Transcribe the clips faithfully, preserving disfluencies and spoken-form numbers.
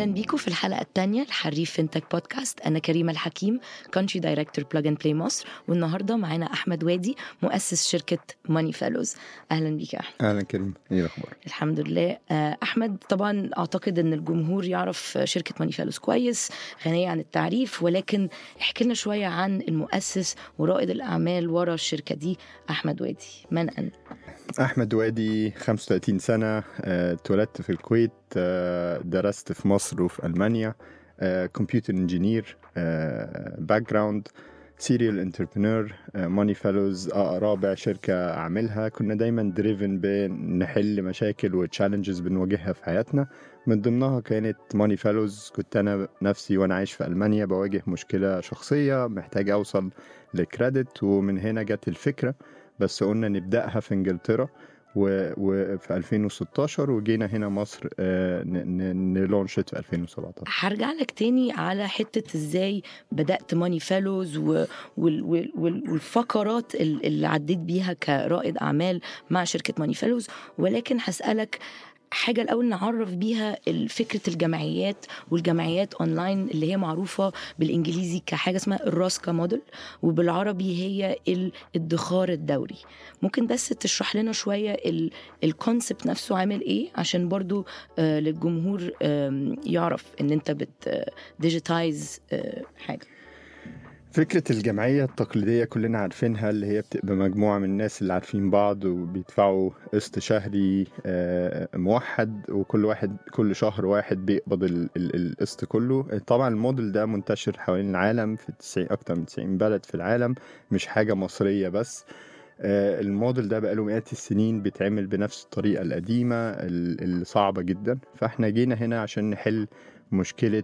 أهلا بيكم في الحلقة الثانية الحريف فينتك بودكاست. أنا كريمة الحكيم كونتري دايركتور بلاج اند بلاي مصر، والنهاردة معانا أحمد وادي مؤسس شركة ماني فيلوز. أهلا بيك يا أحمد. أهلا كريم، إيه الأخبار؟ الحمد لله. أحمد، طبعا أعتقد أن الجمهور يعرف شركة ماني فيلوز كويس، غنية عن التعريف، ولكن احكي لنا شوية عن المؤسس ورائد الأعمال وراء الشركة دي. أحمد وادي من أنت؟ أحمد وادي خمسة وثلاثين سنة، اتولدت في الكويت، درست في مصر وفي ألمانيا، كمبيوتر انجينير باك جراوند، سيريال انتربرنور. ماني فيلوز رابع شركة أعملها. كنا دايما دريفن بنحل مشاكل وتشالنجز بنواجهها في حياتنا، من ضمنها كانت ماني فيلوز. كنت أنا نفسي وأنا عايش في ألمانيا بواجه مشكلة شخصية، محتاج أوصل لكريدت، ومن هنا جت الفكرة. بس قلنا نبدأها في انجلترا وفي ألفين وستاشر، وجينا هنا مصر نلونشت في ألفين وسبعتاشر. هرجع لك تاني على حتة ازاي بدأت ماني فيلوز والفقرات اللي عديت بيها كرائد أعمال مع شركة ماني فيلوز، ولكن هسألك حاجة الأول نعرف بيها فكرة الجمعيات والجمعيات أونلاين اللي هي معروفة بالإنجليزي كحاجة اسمها الراسكا موديل، وبالعربي هي الادخار الدوري. ممكن بس تشرح لنا شوية الكونسبت نفسه عامل إيه، عشان برضو آه للجمهور آه يعرف إن أنت بتديجيتايز آه حاجة. فكرة الجمعية التقليدية كلنا عارفينها، اللي هي بتبقى مجموعة من الناس اللي عارفين بعض وبيدفعوا قسط شهري موحد، وكل واحد كل شهر واحد بيقبض القسط كله. طبعا الموديل ده منتشر حوالين العالم في تسعين أكتر من تسعين بلد في العالم، مش حاجة مصرية بس. الموديل ده بقاله مئات السنين بيتعمل بنفس الطريقة القديمة اللي صعبة جدا. فاحنا جينا هنا عشان نحل مشكلة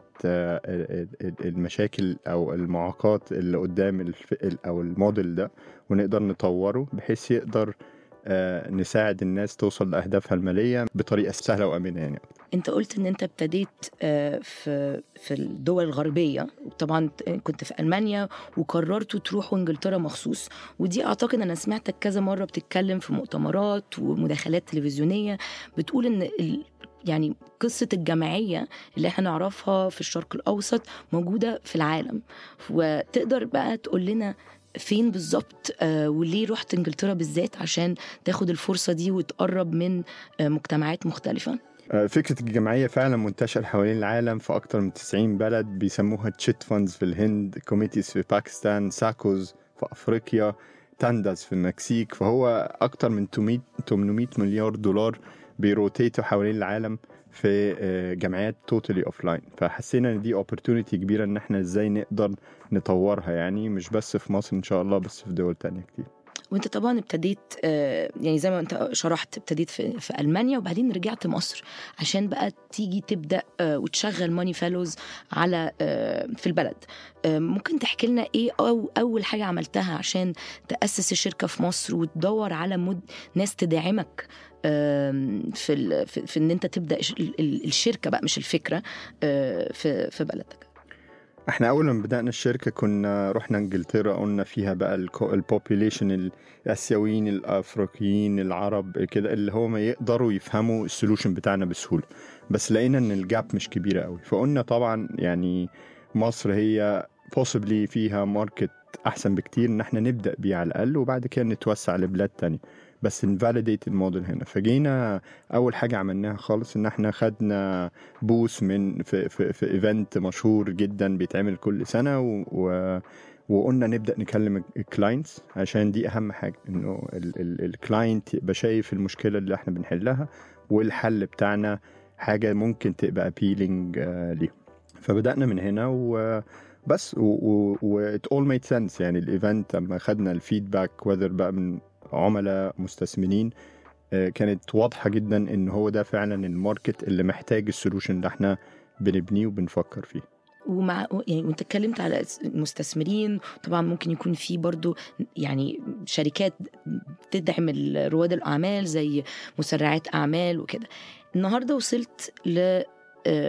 المشاكل أو المعوقات اللي قدام أو الموديل ده، ون-قدر نطوره بحيث يقدر نساعد الناس توصل لأهدافها المالية بطريقة سهلة وأمنة. يعني انت قلت ان انت ابتديت في في الدول الغربية، وطبعا كنت في ألمانيا وقررتوا تروحوا انجلترا مخصوص، ودي اعتقد انا سمعتك كذا مرة بتتكلم في مؤتمرات ومداخلات تلفزيونية بتقول ان ال يعني قصة الجمعية اللي احنا نعرفها في الشرق الأوسط موجودة في العالم. وتقدر بقى تقول لنا فين بالظبط آه وليه رحت انجلترا بالذات عشان تاخد الفرصة دي وتقرب من آه مجتمعات مختلفة؟ فكرة الجمعية فعلا منتشر حوالين العالم في أكتر من تسعين بلد. بيسموها تشيت فاندز في الهند، كوميتيز في باكستان، ساكوز في أفريقيا، تانداز في المكسيك. فهو أكتر من ثمانمائة مليار دولار بيروتيتوا حوالين العالم في جمعيات توتالي أوفلاين. فحسينا ان دي opportunity كبيرة ان احنا ازاي نقدر نطورها، يعني مش بس في مصر ان شاء الله، بس في دول تانية كتير. وانت طبعا ابتديت يعني زي ما انت شرحت، ابتديت في, في ألمانيا وبعدين رجعت مصر عشان بقى تيجي تبدأ وتشغل ماني فيلوز على في البلد. ممكن تحكي لنا ايه أو اول حاجة عملتها عشان تأسس الشركة في مصر وتدور على مد ناس تدعمك في ال... في, في ان انت تبدأ الشركة بقى، مش الفكرة، في في بلدك؟ احنا اول ما بدأنا الشركة كنا رحنا انجلترا، قلنا فيها بقى البوبوليشن الاسيويين الافريقيين العرب كده، اللي هو ما يقدروا يفهموا السولوشن بتاعنا بسهولة. بس لقينا ان الجاب مش كبيرة قوي، فقلنا طبعا يعني مصر هي possibly فيها ماركت احسن بكتير ان احنا نبدأ بيه على الاقل، وبعد كده نتوسع لبلاد تانية، بس نفاليديت الموديل هنا. فجينا اول حاجه عملناها خالص ان احنا خدنا بوث من في في في ايفنت مشهور جدا بيتعمل كل سنه، و, و وقلنا نبدا نكلم الكلاينتس، عشان دي اهم حاجه، انه الكلاينت يبقى شايف المشكله اللي احنا بنحلها والحل بتاعنا حاجه ممكن تبقى appealing ليهم. فبدانا من هنا و بس و it all made sense. يعني الايفنت لما خدنا الفيدباك whether بقى من عملاء مستثمرين، كانت واضحة جدا ان هو ده فعلا الماركت اللي محتاج السولوشن اللي احنا بنبنيه وبنفكر فيه. ومع يعني وانت اتكلمت على المستثمرين، طبعا ممكن يكون في برضو يعني شركات تدعم رواد الأعمال زي مسرعات أعمال وكده. النهاردة وصلت ل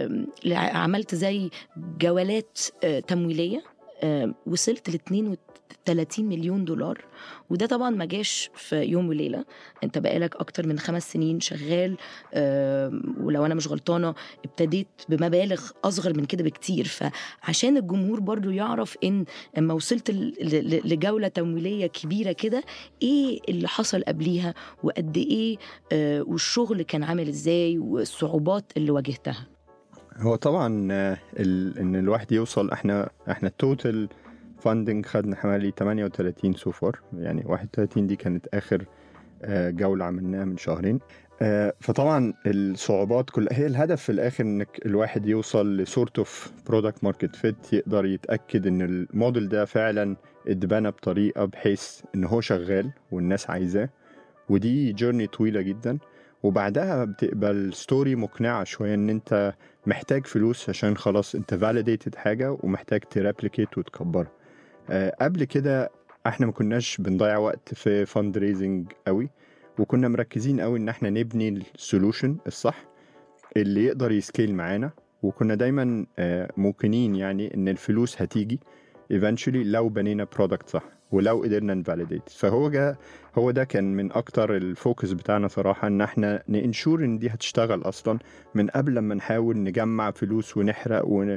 عملت زي جولات تمويلية، وصلت ل اثنين ثلاثين مليون دولار. وده طبعا ما جاش في يوم وليلة، انت بقالك اكتر من خمس سنين شغال، أه ولو انا مش غلطانة ابتديت بمبالغ اصغر من كده بكتير. فعشان الجمهور برضو يعرف ان اما وصلت لجولة تمويلية كبيرة كده ايه اللي حصل قبليها وقد ايه أه والشغل كان عامل ازاي والصعوبات اللي واجهتها. هو طبعا ال... ان الواحد يوصل، احنا احنا التوتال فاندنج خدنا حوالي ثمانية وثلاثين سوفر، يعني واحد وثلاثين دي كانت اخر جولة عملناها من شهرين. فطبعا الصعوبات كلها هي الهدف في الاخر، انك الواحد يوصل لسورت اوف برودكت ماركت فيت، يقدر يتاكد ان الموديل ده فعلا اتبنى بطريقه بحيث ان هو شغال والناس عايزاه. ودي جيرني طويله جدا، وبعدها بتقبل ستوري مقنعه شويه ان انت محتاج فلوس عشان خلاص انت فاليديتد حاجه ومحتاج تريبليكيت وتكبرها. أه قبل كده احنا ما كناش بنضيع وقت في فاند ريزنج قوي، وكنا مركزين قوي ان احنا نبني السولوشن الصح اللي يقدر يسكيل معانا، وكنا دايما أه موقنين يعني ان الفلوس هتيجي eventually لو بنينا برودكت صح ولو قدرنا نفاليديت. فهو جا هو ده كان من اكتر الفوكس بتاعنا صراحة، ان احنا ننشور ان دي هتشتغل اصلا من قبل لما نحاول نجمع فلوس ونحرق ون...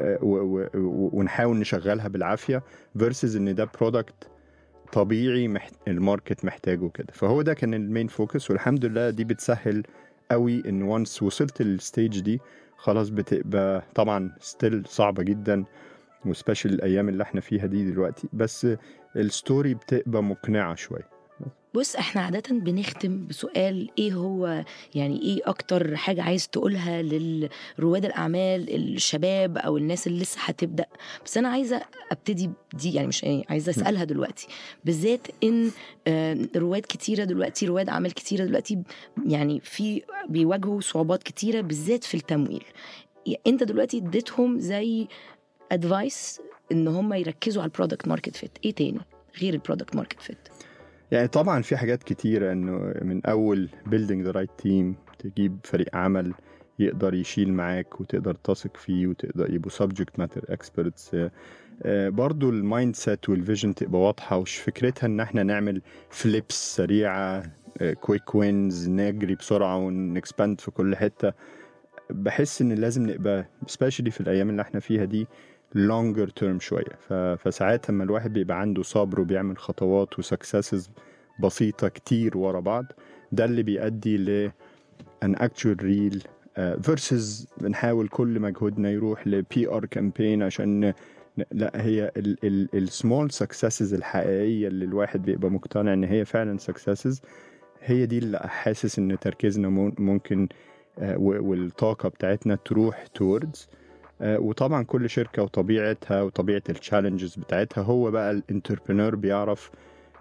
ونحاول نشغلها بالعافية versus ان ده برودكت طبيعي محت... الماركت محتاجه كده. فهو ده كان المين فوكس، والحمد لله دي بتسهل قوي ان وانس وصلت للستيج دي خلاص بتبقى طبعا ستيل صعبة جدا، وسبيشال الايام اللي احنا فيها دي دلوقتي، بس الستوري بتبقى مقنعه شويه. بص احنا عادة بنختم بسؤال ايه هو يعني ايه اكتر حاجة عايز تقولها للرواد الاعمال الشباب او الناس اللي لسه هتبدأ، بس انا عايزة ابتدي دي يعني مش ايه عايزة اسألها دلوقتي، بالذات ان رواد كتيرة دلوقتي رواد اعمال كتيرة دلوقتي يعني في بيواجهوا صعوبات كتيرة بالذات في التمويل. انت دلوقتي اديتهم زي ادفايس ان هم يركزوا على البرودكت ماركت فيت، ايه تاني غير البرودكت ماركت فيت؟ يعني طبعا في حاجات كتيرة، انه من اول building the right team، تجيب فريق عمل يقدر يشيل معاك وتقدر تثق فيه وتقدر يبقوا subject matter experts. برضو المايند سيت والفيجن تبقى واضحة، وش فكرتها ان احنا نعمل فليبس سريعة، كويك وينز، نجري بسرعة ونكسباند في كل حتة. بحس ان لازم نبقى especially في الايام اللي احنا فيها دي longer term شوية. فساعات لما الواحد بيبقى عنده صبر وبيعمل خطوات وسكسسز بسيطة كتير ورا بعض، ده اللي بيؤدي ل an actual real uh, versus بنحاول كل مجهودنا يروح ل بي آر campaign عشان لا، هي ال ال ال small successes الحقيقية اللي الواحد بيبقى مقتنع ان هي فعلا successes، هي دي اللي حاسس ان تركيزنا ممكن uh, والطاقة بتاعتنا تروح towards. وطبعا كل شركة وطبيعتها وطبيعة التشالنجز بتاعتها، هو بقى الانتربرنور بيعرف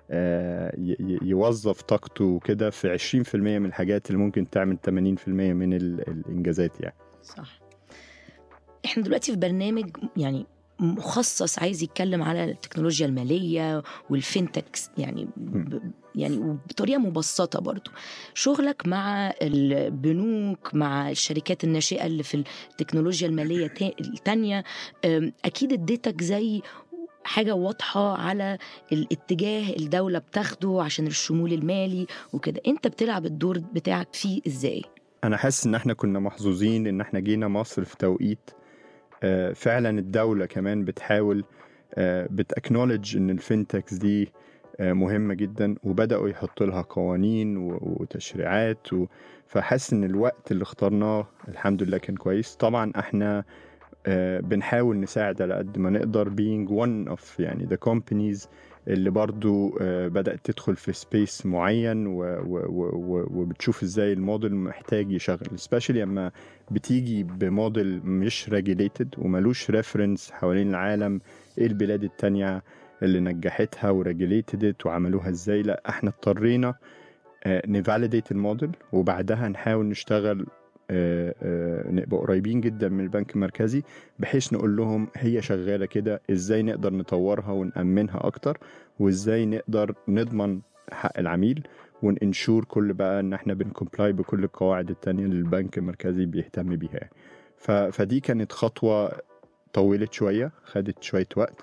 يوظف طاقته كده في عشرين في المية من الحاجات اللي ممكن تعمل ثمانين في المية من الإنجازات يعني. صح. احنا دلوقتي في برنامج يعني مخصص عايز يتكلم على التكنولوجيا المالية والفينتكس، يعني ب... يعني وبطريقة مبسطة برضو. شغلك مع البنوك، مع الشركات الناشئة اللي في التكنولوجيا المالية التانية، أكيد اديتك زي حاجة واضحة على الاتجاه الدولة بتاخده عشان الشمول المالي وكده. انت بتلعب الدور بتاعك فيه ازاي؟ أنا حاسس إن احنا كنا محظوظين إن احنا جينا مصر في توقيت فعلا الدولة كمان بتحاول بتأكنولج إن الفينتكس دي مهمة جدا، وبدأوا يحطوا لها قوانين وتشريعات و... فحس إن الوقت اللي اخترناه الحمد لله كان كويس. طبعا احنا بنحاول نساعد على قد ما نقدر being one of يعني the companies اللي برضو بدأت تدخل في سبيس معين و... و... و... وبتشوف ازاي الموديل محتاج يشغل، especially لما بتيجي بموديل مش regulated وملوش reference حوالين العالم، ايه البلاد التانية اللي نجحتها وريجوليتد وعملوها ازاي. لا، احنا اضطرينا نفاليديت الموديل وبعدها نحاول نشتغل نبقى قريبين جدا من البنك المركزي بحيث نقول لهم هي شغالة كده، ازاي نقدر نطورها ونأمنها اكتر، وازاي نقدر نضمن حق العميل وننشور كل بقى ان احنا بنكمبلاي بكل القواعد التانية اللي البنك المركزي بيهتم بيها. فدي كانت خطوة طولت شوية، خدت شوية وقت،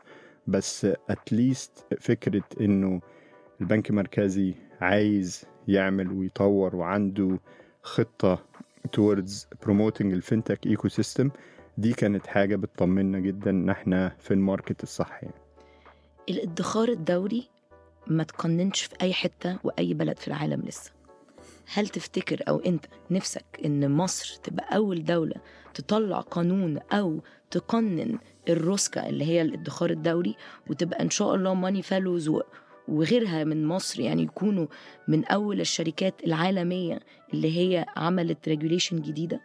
بس اتليست فكرة انه البنك المركزي عايز يعمل ويطور وعنده خطة towards promoting الفينتك ايكو سيستم، دي كانت حاجة بتطمنا جدا ان احنا في الماركت الصح يعني. الادخار الدوري ما تقننش في أي حتة وأي بلد في العالم لسه. هل تفتكر أو أنت نفسك إن مصر تبقى أول دولة تطلع قانون أو تقنن الروسكا اللي هي الادخار الدوري، وتبقى إن شاء الله ماني فالوز وغيرها من مصر يعني يكونوا من أول الشركات العالمية اللي هي عملت ريجوليشن جديدة؟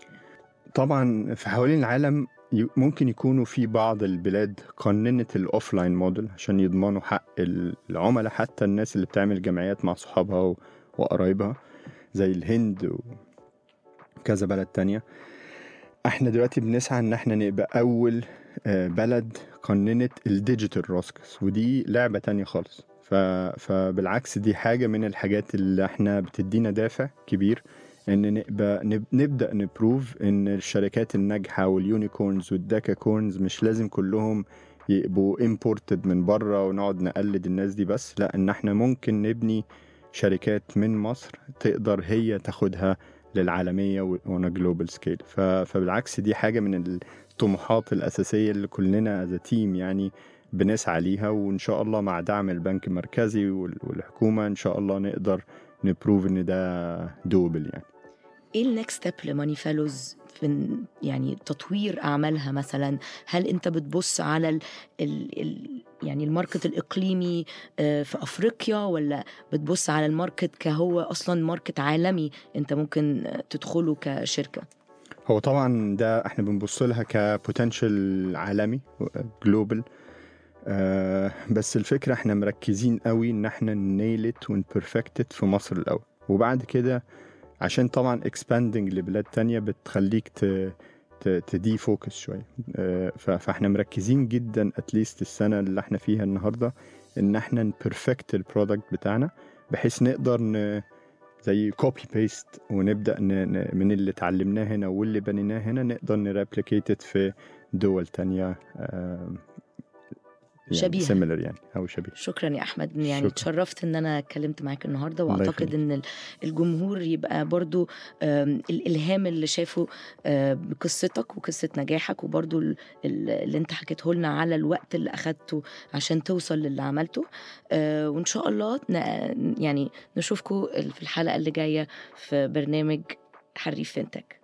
طبعا في حوالين العالم ممكن يكونوا في بعض البلاد قننت الأوفلاين موديل عشان يضمنوا حق العملاء، حتى الناس اللي بتعمل جمعيات مع صحابها وقرايبها زي الهند وكذا بلد تانية. احنا دلوقتي بنسعى ان احنا نبقى اول بلد قننت الديجيتال روسكس، ودي لعبة تانية خالص. فبالعكس دي حاجة من الحاجات اللي احنا بتدينا دافع كبير ان نبقى نبدأ نبروف ان الشركات الناجحة واليونيكورنز والداكاكورنز مش لازم كلهم يبقوا imported من بره ونقعد نقلد الناس دي بس، لا، ان احنا ممكن نبني شركات من مصر تقدر هي تاخدها للعالمية on a global scale. فبالعكس دي حاجة من الطموحات الأساسية اللي كلنا as a team يعني بنسعى ليها، وإن شاء الله مع دعم البنك المركزي والحكومة إن شاء الله نقدر نبروف إن ده دوبل يعني. إيه النكست ستيب لماني فالوز في يعني تطوير أعمالها مثلا؟ هل أنت بتبص على ال ال ال يعني الماركت الإقليمي في أفريقيا، ولا بتبص على الماركت كهو أصلا ماركت عالمي أنت ممكن تدخله كشركة؟ هو طبعا ده احنا بنبص لها كبوتنشال عالمي جلوبال، آه بس الفكرة احنا مركزين قوي ان احنا نيلت ونبرفكتت في مصر الأول، وبعد كده عشان طبعا expanding لبلاد تانية بتخليك ت تدي فوكس شوية. فاحنا مركزين جدا اتليست السنة اللي احنا فيها النهاردة ان احنا نبرفكت البرودكت بتاعنا بحيث نقدر ن زي كوبي بيست ونبدأ ن من اللي اتعلمناه هنا واللي بنيناه هنا نقدر نريبليكيت في دول تانية يعني شبيهة similar يعني أو شبيه. شكرا يا أحمد، يعني تشرفت إن أنا اتكلمت معاك النهاردة، وأعتقد إن الجمهور يبقى برضو الإلهام اللي شافه بقصتك وقصة نجاحك، وبرضو اللي انت حكيته لنا على الوقت اللي أخدته عشان توصل للي عملته. وإن شاء الله يعني نشوفكم في الحلقة اللي جاية في برنامج حريف فينتك.